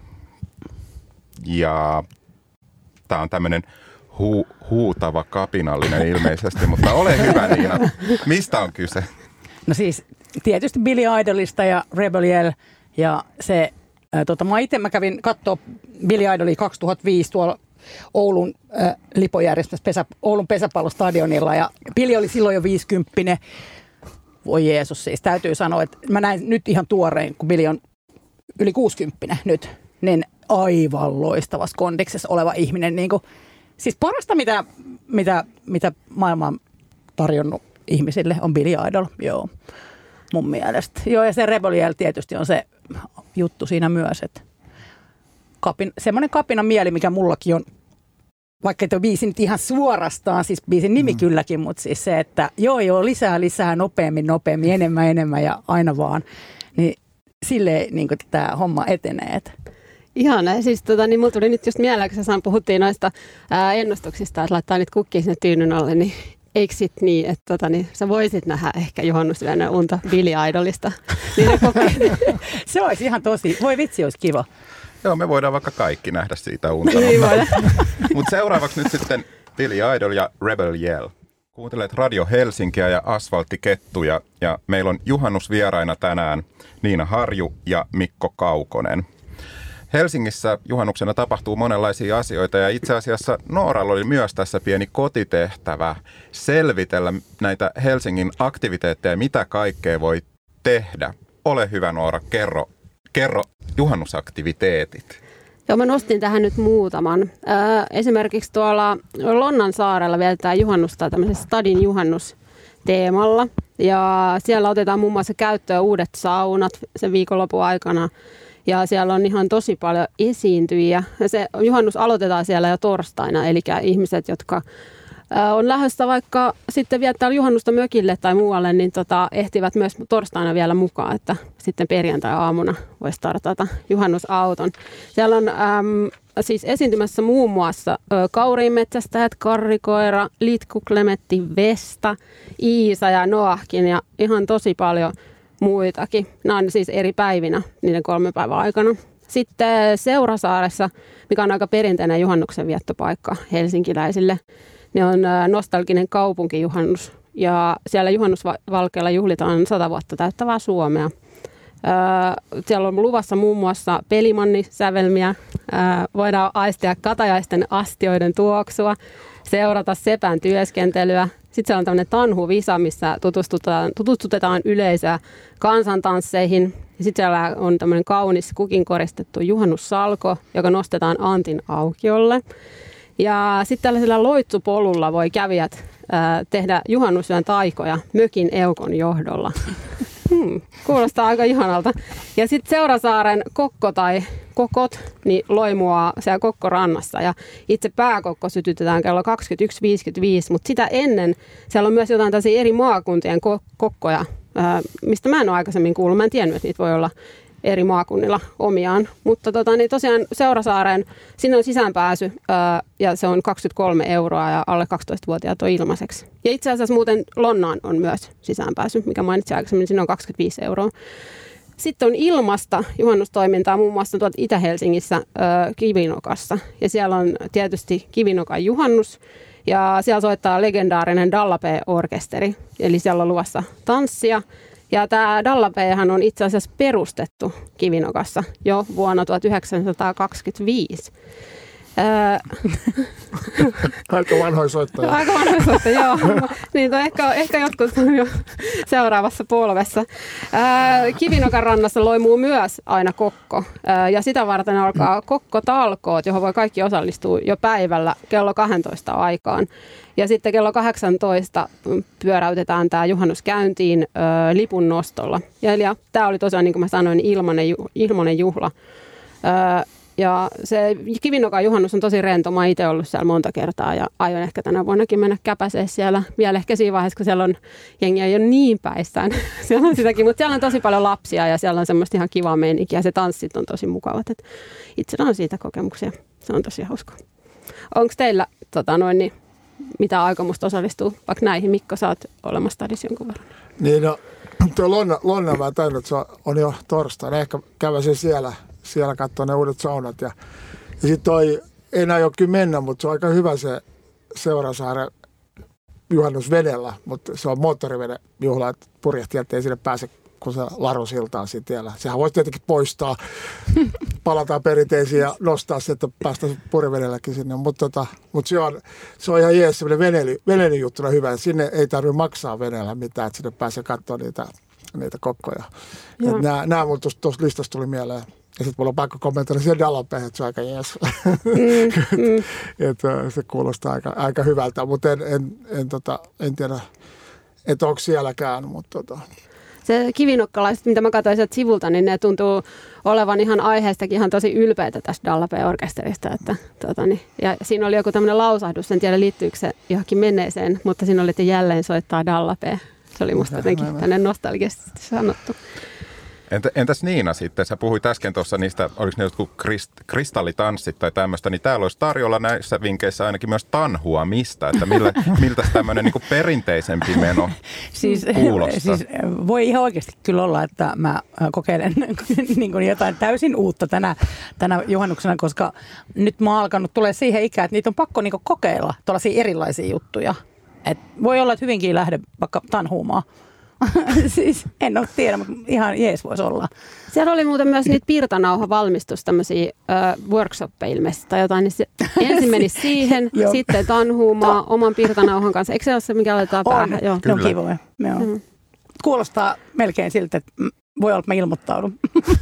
ja tää on tämmönen hu, huutava kapinallinen ilmeisesti, mutta ole hyvä Niina, mistä on kyse? No siis tietysti Billy Idolista ja Rebel Yell, ja se, ää, tota, mä itse mä kävin kattoo Billy Idolia kaksituhattaviisi tuolla Oulun äh, lipojärjestössä pesä, Oulun pesäpallostadionilla, ja Billy oli silloin jo viisikymppinen. Voi Jeesus, siis täytyy sanoa, että mä näin nyt ihan tuorein, kun Billy on yli kuusikymppinen nyt, niin aivan loistavassa kondiksessa oleva ihminen. Niin kuin, siis parasta, mitä, mitä, mitä maailma on tarjonnut ihmisille, on Billy Idol, joo, mun mielestä. Joo, ja se Rebel Yell tietysti on se juttu siinä myös, että kapin, semmoinen kapinan mieli, mikä mullakin on, vaikka ei ole biisi nyt ihan suorastaan, siis biisin nimi mm. kylläkin, mutta siis se, että joo joo, lisää, lisää, nopeammin, nopeammin, enemmän, enemmän ja aina vaan, niin silleen niin tämä homma etenee. Ihana. Siis tota, niin mulla tuli nyt just mieleen, kun sä puhuttiin noista ää, ennustuksista, että laittaa niitä kukkia sinne tyynyn alle, niin eikö sit niin, että tota, niin, sä voisit nähdä ehkä juhannusyönä unta Billy Idolista? Se olisi ihan tosi, voi vitsi, olisi kiva. Joo, me voidaan vaikka kaikki nähdä siitä unta. Mutta seuraavaksi nyt sitten Billy Idol ja Rebel Yell. Kuuntelet Radio Helsinkiä ja Asfalttikettuja, ja meillä on juhannusvieraina tänään Niina Harju ja Mikko Kaukonen. Helsingissä juhannuksena tapahtuu monenlaisia asioita, ja itse asiassa Nooralla oli myös tässä pieni kotitehtävä selvitellä näitä Helsingin aktiviteetteja, mitä kaikkea voi tehdä. Ole hyvä Noora, kerro, kerro juhannusaktiviteetit. Joo, mä nostin tähän nyt muutaman. Ö, esimerkiksi tuolla Lonnan saarella vietetään juhannusta tämmöisessä stadin juhannusteemalla. Ja siellä otetaan muun muassa käyttöön uudet saunat sen viikonlopun aikana. Ja siellä on ihan tosi paljon esiintyjiä. Ja se juhannus aloitetaan siellä jo torstaina, eli ihmiset, jotka on lähdössä vaikka sitten viettää juhannusta mökille tai muualle, niin tota, ehtivät myös torstaina vielä mukaan, että sitten perjantai-aamuna voi startata juhannusauton. Siellä on äm, siis esiintymässä muun muassa ö, kauriinmetsästäjät, karrikoira, Litku, Klemetti, Vesta, Iisa ja Noahkin ja ihan tosi paljon muitakin. Nämä on siis eri päivinä niiden kolmen päivän aikana. Sitten Seurasaaressa, mikä on aika perinteinen juhannuksen viettopaikka helsinkiläisille, ne on nostalginen kaupunkijuhannus ja siellä juhannusvalkealla juhlitaan sata vuotta täyttävää Suomea. Siellä on luvassa muun muassa pelimannisävelmiä, voidaan aistia katajaisten astioiden tuoksua, seurata sepän työskentelyä. Sitten siellä on tämmöinen tanhuvisa, missä tutustutetaan, tutustutetaan yleisöä kansantansseihin. Sitten siellä on tämmöinen kaunis kukin koristettu juhannussalko, joka nostetaan Antin aukiolle. Ja sitten tällaisella loitsupolulla voi kävijät ää, tehdä juhannusyön taikoja mökin eukon johdolla. Hmm, kuulostaa aika ihanalta. Ja sitten Seurasaaren kokko tai kokot niin loimuaa siellä kokkorannassa. Ja itse pääkokko sytytetään kello kaksikymmentäyksi viisikymmentäviisi, mutta sitä ennen siellä on myös jotain tällaisia eri maakuntien ko- kokkoja, ää, mistä mä en ole aikaisemmin kuullut. Mä en tiennyt, että niitä voi olla eri maakunnilla omiaan. Mutta tota, niin tosiaan Seurasaareen, sinne on sisäänpääsy ää, ja se on kaksikymmentäkolme euroa ja alle kaksitoistavuotiaat on ilmaiseksi. Ja itse asiassa muuten Lonnaan on myös sisäänpääsy, mikä mainitsin aikaisemmin, sinne on kaksikymmentäviisi euroa. Sitten on ilmasta juhannustoimintaa muun muassa tuolta Itä-Helsingissä ää, Kivinokassa. Ja siellä on tietysti Kivinokan juhannus ja siellä soittaa legendaarinen Dallapé-orkesteri. Eli siellä on luvassa tanssia. Ja tämä Dallapéhan on itse asiassa perustettu Kivinokassa jo vuonna tuhatyhdeksänsataakaksikymmentäviisi. Öö, Aika vanhoja soittajia. Aika vanhoja soittajia, joo. Niin, ehkä, ehkä jotkut on jo seuraavassa polvessa. Öö, Kivinokan rannassa loimuu myös aina kokko. Öö, ja sitä varten alkaa kokkotalkoot, johon voi kaikki osallistua jo päivällä kello kaksitoista aikaan. Ja sitten kello kahdeksantoista pyöräytetään tämä juhannus käyntiin ö, lipun nostolla. Ja, ja tämä oli tosiaan, niin kuin mä sanoin, ilmainen, ju, ilmainen juhla. Ö, Ja se Kivinokan juhannus on tosi rento. Mä oon itse ollut siellä monta kertaa ja aion ehkä tänä vuonnakin mennä käpäseen siellä. Vielä ehkä siinä vaiheessa, kun siellä on jengiä ei ole niin päissään. Siellä on sitäkin, mutta siellä on tosi paljon lapsia ja siellä on semmoista ihan kivaa meininkiä. Se tanssit on tosi mukavat. Et itsellä on siitä kokemuksia. Se on tosi hauskaa. Onko teillä tota noin, niin, mitä aikomusta osallistuu vaikka näihin? Mikko, sä oot olemassa stadis jonkun verran. Niin no, tuo Lonna, Lonna mä tajun, että se on jo torstaina. Ehkä käväsin siellä, siellä katsoa ne uudet saunat. Ja, ja sitten toi, ei näin ole kyllä mennä, mutta se on aika hyvä se Seurasaaren juhannus vedellä. Mutta se on moottoriveden juhla, että purjehtijat ei sinne pääse, kun se larusiltaan siinä tiellä. Sehän voisi tietenkin poistaa, palataan perinteisiin ja nostaa se, että päästään purjevedelläkin sinne. Mutta tota, mut se, on, se on ihan jees semmoinen venely, venelyjuttuna hyvä. Sinne ei tarvitse maksaa veneellä mitään, että sinne pääsee katsoa niitä, niitä kokkoja. Nämä, nämä mun tuossa listassa tuli mieleen. Ja sitten mulla on pakko kommentoida siellä Dallapeen, että se on aika jees. Mm, mm. että se kuulostaa aika, aika hyvältä, mutta en, en, en, tota, en tiedä, että onko sielläkään. Mutta tota. Se kivinokkalaiset, mitä mä katsoin sieltä sivulta, niin ne tuntuu olevan ihan aiheestakin ihan tosi ylpeitä tästä Dallapeen-orkesterista. Että, tota, niin, ja siinä oli joku tämmöinen lausahdus, en tiedä liittyykö se johonkin menneeseen, mutta siinä oli, että jälleen soittaa Dallapee. Se oli musta jotenkin tänne nostalgisesti sanottu. Entäs Niina sitten? Sä puhuit äsken tuossa niistä, oliko ne jotkut krist, kristallitanssit tai tämmöistä, niin täällä olisi tarjolla näissä vinkkeissä ainakin myös tanhuamista, että millä, miltä tämmöinen niin perinteisempi meno siis, kuulostaa? Siis voi ihan oikeasti kyllä olla, että mä kokeilen niin kuin jotain täysin uutta tänä, tänä juhannuksena, koska nyt mä oon alkanut tulee siihen ikään, että niitä on pakko niin kuin kokeilla tuollaisia erilaisia juttuja. Et voi olla, että hyvinkin lähde vaikka tanhuumaan. Siis en ole tiedä, mutta ihan jees voisi olla. Siellä oli muuten myös niitä piirtanauha-valmistus, tämmöisiä uh, workshoppeja ilmeisesti tai jotain, niin se ensin meni siihen, sitten tanhuumaan oman piirtanauhan kanssa. Eikö se ole se, mikä aletaan päähän? Joo. Ne on kivoja. Mm. Kuulostaa melkein siltä, että voi olla, että mä ilmoittaudun.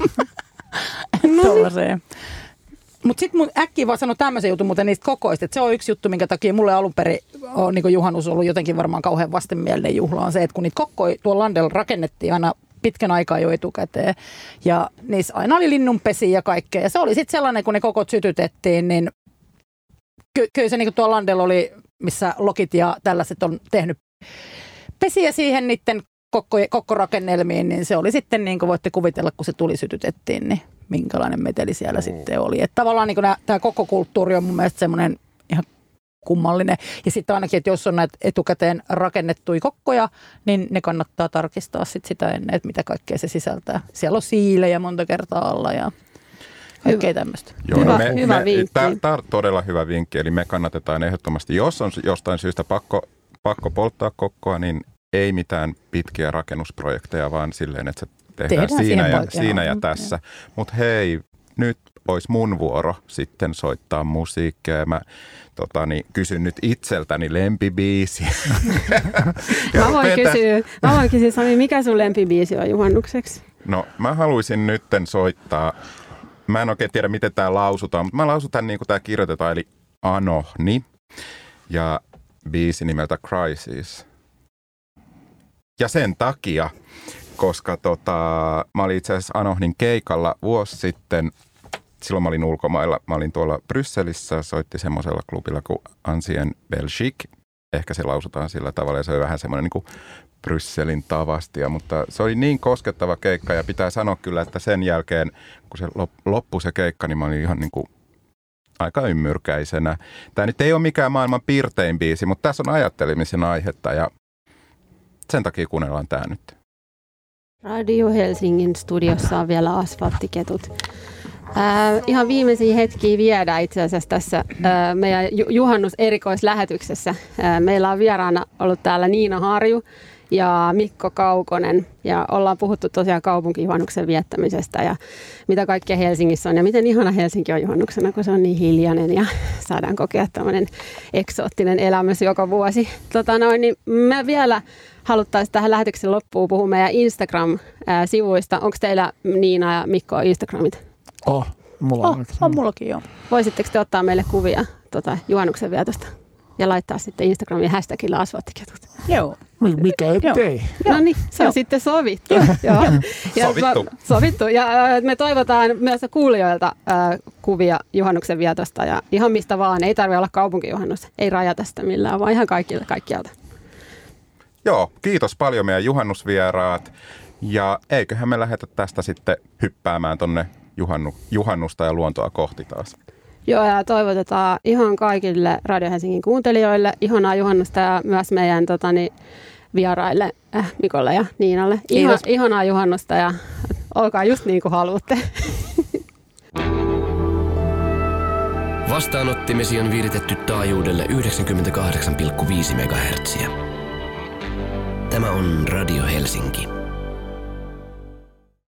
Tuollaiseen. Mutta sitten mun äkkiä vaan sanoi tämmöisen jutun muuten niistä kokoista, että se on yksi juttu, minkä takia mulle alun perin on niin juhannus ollut jotenkin varmaan kauhean vastenmielinen juhla, on se, että kun niitä kokkoja tuolla landella rakennettiin aina pitkän aikaa jo etukäteen ja niissä aina oli linnunpesiä ja kaikkea ja se oli sitten sellainen, kun ne kokot sytytettiin, niin ky- kyllä se niin tuolla landella oli, missä lokit ja tällaiset on tehnyt pesiä siihen niiden kokko- kokkorakennelmiin, niin se oli sitten niin kuin voitte kuvitella, kun se tuli sytytettiin, niin minkälainen meteli siellä mm. sitten oli. Että tavallaan niin tämä koko kulttuuri on mun mielestä semmoinen ihan kummallinen. Ja sitten ainakin, että jos on näitä etukäteen rakennettuja kokkoja, niin ne kannattaa tarkistaa sit sitä ennen, että mitä kaikkea se sisältää. Siellä on siilejä monta kertaa alla ja kaikkea tämmöistä. Joo, hyvä, me, hyvä me, vinkki. Tämä on todella hyvä vinkki, eli me kannatetaan ehdottomasti, jos on jostain syystä pakko, pakko polttaa kokkoa, niin ei mitään pitkiä rakennusprojekteja, vaan silleen, että se tehdään, tehdään siinä, ja, siinä ja tässä. Mutta hei, nyt olisi mun vuoro sitten soittaa musiikkia. Mä totani, kysyn nyt itseltäni lempibiisiä. mä, voin kysyä, mä voin kysyä, Sami, mikä sun lempibiisi on juhannukseksi? No mä haluaisin nytten soittaa, mä en oikein tiedä miten tää lausutaan, mutta mä lausutan niin kuin tää kirjoitetaan, eli Anohni ja biisi nimeltä Crisis. Ja sen takia, koska tota, mä olin itse asiassa Anohnin keikalla vuosi sitten, silloin mä olin ulkomailla, mä olin tuolla Brysselissä, soitti semmoisella klubilla kuin Ancien Belgique, ehkä se lausutaan sillä tavalla ja se oli vähän semmoinen niin kuin Brysselin tavastia, mutta se oli niin koskettava keikka ja pitää sanoa kyllä, että sen jälkeen, kun se loppui se keikka, niin mä olin ihan niin kuin aika ymmyrkäisenä. Tämä nyt ei ole mikään maailman piirtein biisi, mutta tässä on ajattelemisen aihetta ja sen takia kuunnellaan tämä nyt. Radio Helsingin studiossa on vielä asfalttiketut. Äh, ihan viimeisiä hetkiä viedään itse asiassa tässä äh, meidän ju- juhannuserikoislähetyksessä. Äh, meillä on vieraana ollut täällä Niina Harju ja Mikko Kaukonen. Ja ollaan puhuttu tosiaan kaupunkijuhannuksen viettämisestä ja mitä kaikkea Helsingissä on. Ja miten ihana Helsinki on juhannuksena, kun se on niin hiljainen ja saadaan kokea tämmöinen eksoottinen elämys joka vuosi. Tota noin, niin me vielä haluttaisiin tähän lähetyksen loppuun puhua meidän Instagram-sivuista. Onko teillä Niina ja Mikko Instagramit? Oh, mulla on. Oh, on mullakin joo. Voisitteko te ottaa meille kuvia tota, juhannuksen vietosta ja laittaa sitten Instagramin hashtagilla asfalttiketut? Joo. Mikä ettei. No niin, se on Joo. sitten sovittu. Joo. Ja Sovittu. mä- sovittu. Ja äh, me toivotaan myös kuulijoilta äh, kuvia juhannuksen vietosta ja ihan mistä vaan. Ei tarvitse olla kaupunkijuhannus. Ei rajata sitä millään, vaan ihan kaikille, kaikkialta. Joo, kiitos paljon meidän juhannusvieraat. Ja eiköhän me lähdetä tästä sitten hyppäämään tonne juhannu, juhannusta ja luontoa kohti taas. Joo, ja toivotetaan ihan kaikille Radio Helsingin kuuntelijoille ihanaa juhannusta ja myös meidän totani, vieraille äh, Mikolle ja Niinalle. Ihan, Kiitos. ihanaa juhannusta ja olkaa just niin kuin haluatte. Vastaanottimesi on viritetty taajuudelle yhdeksänkymmentäkahdeksan pilkku viisi megahertsiä. Tämä on Radio Helsinki.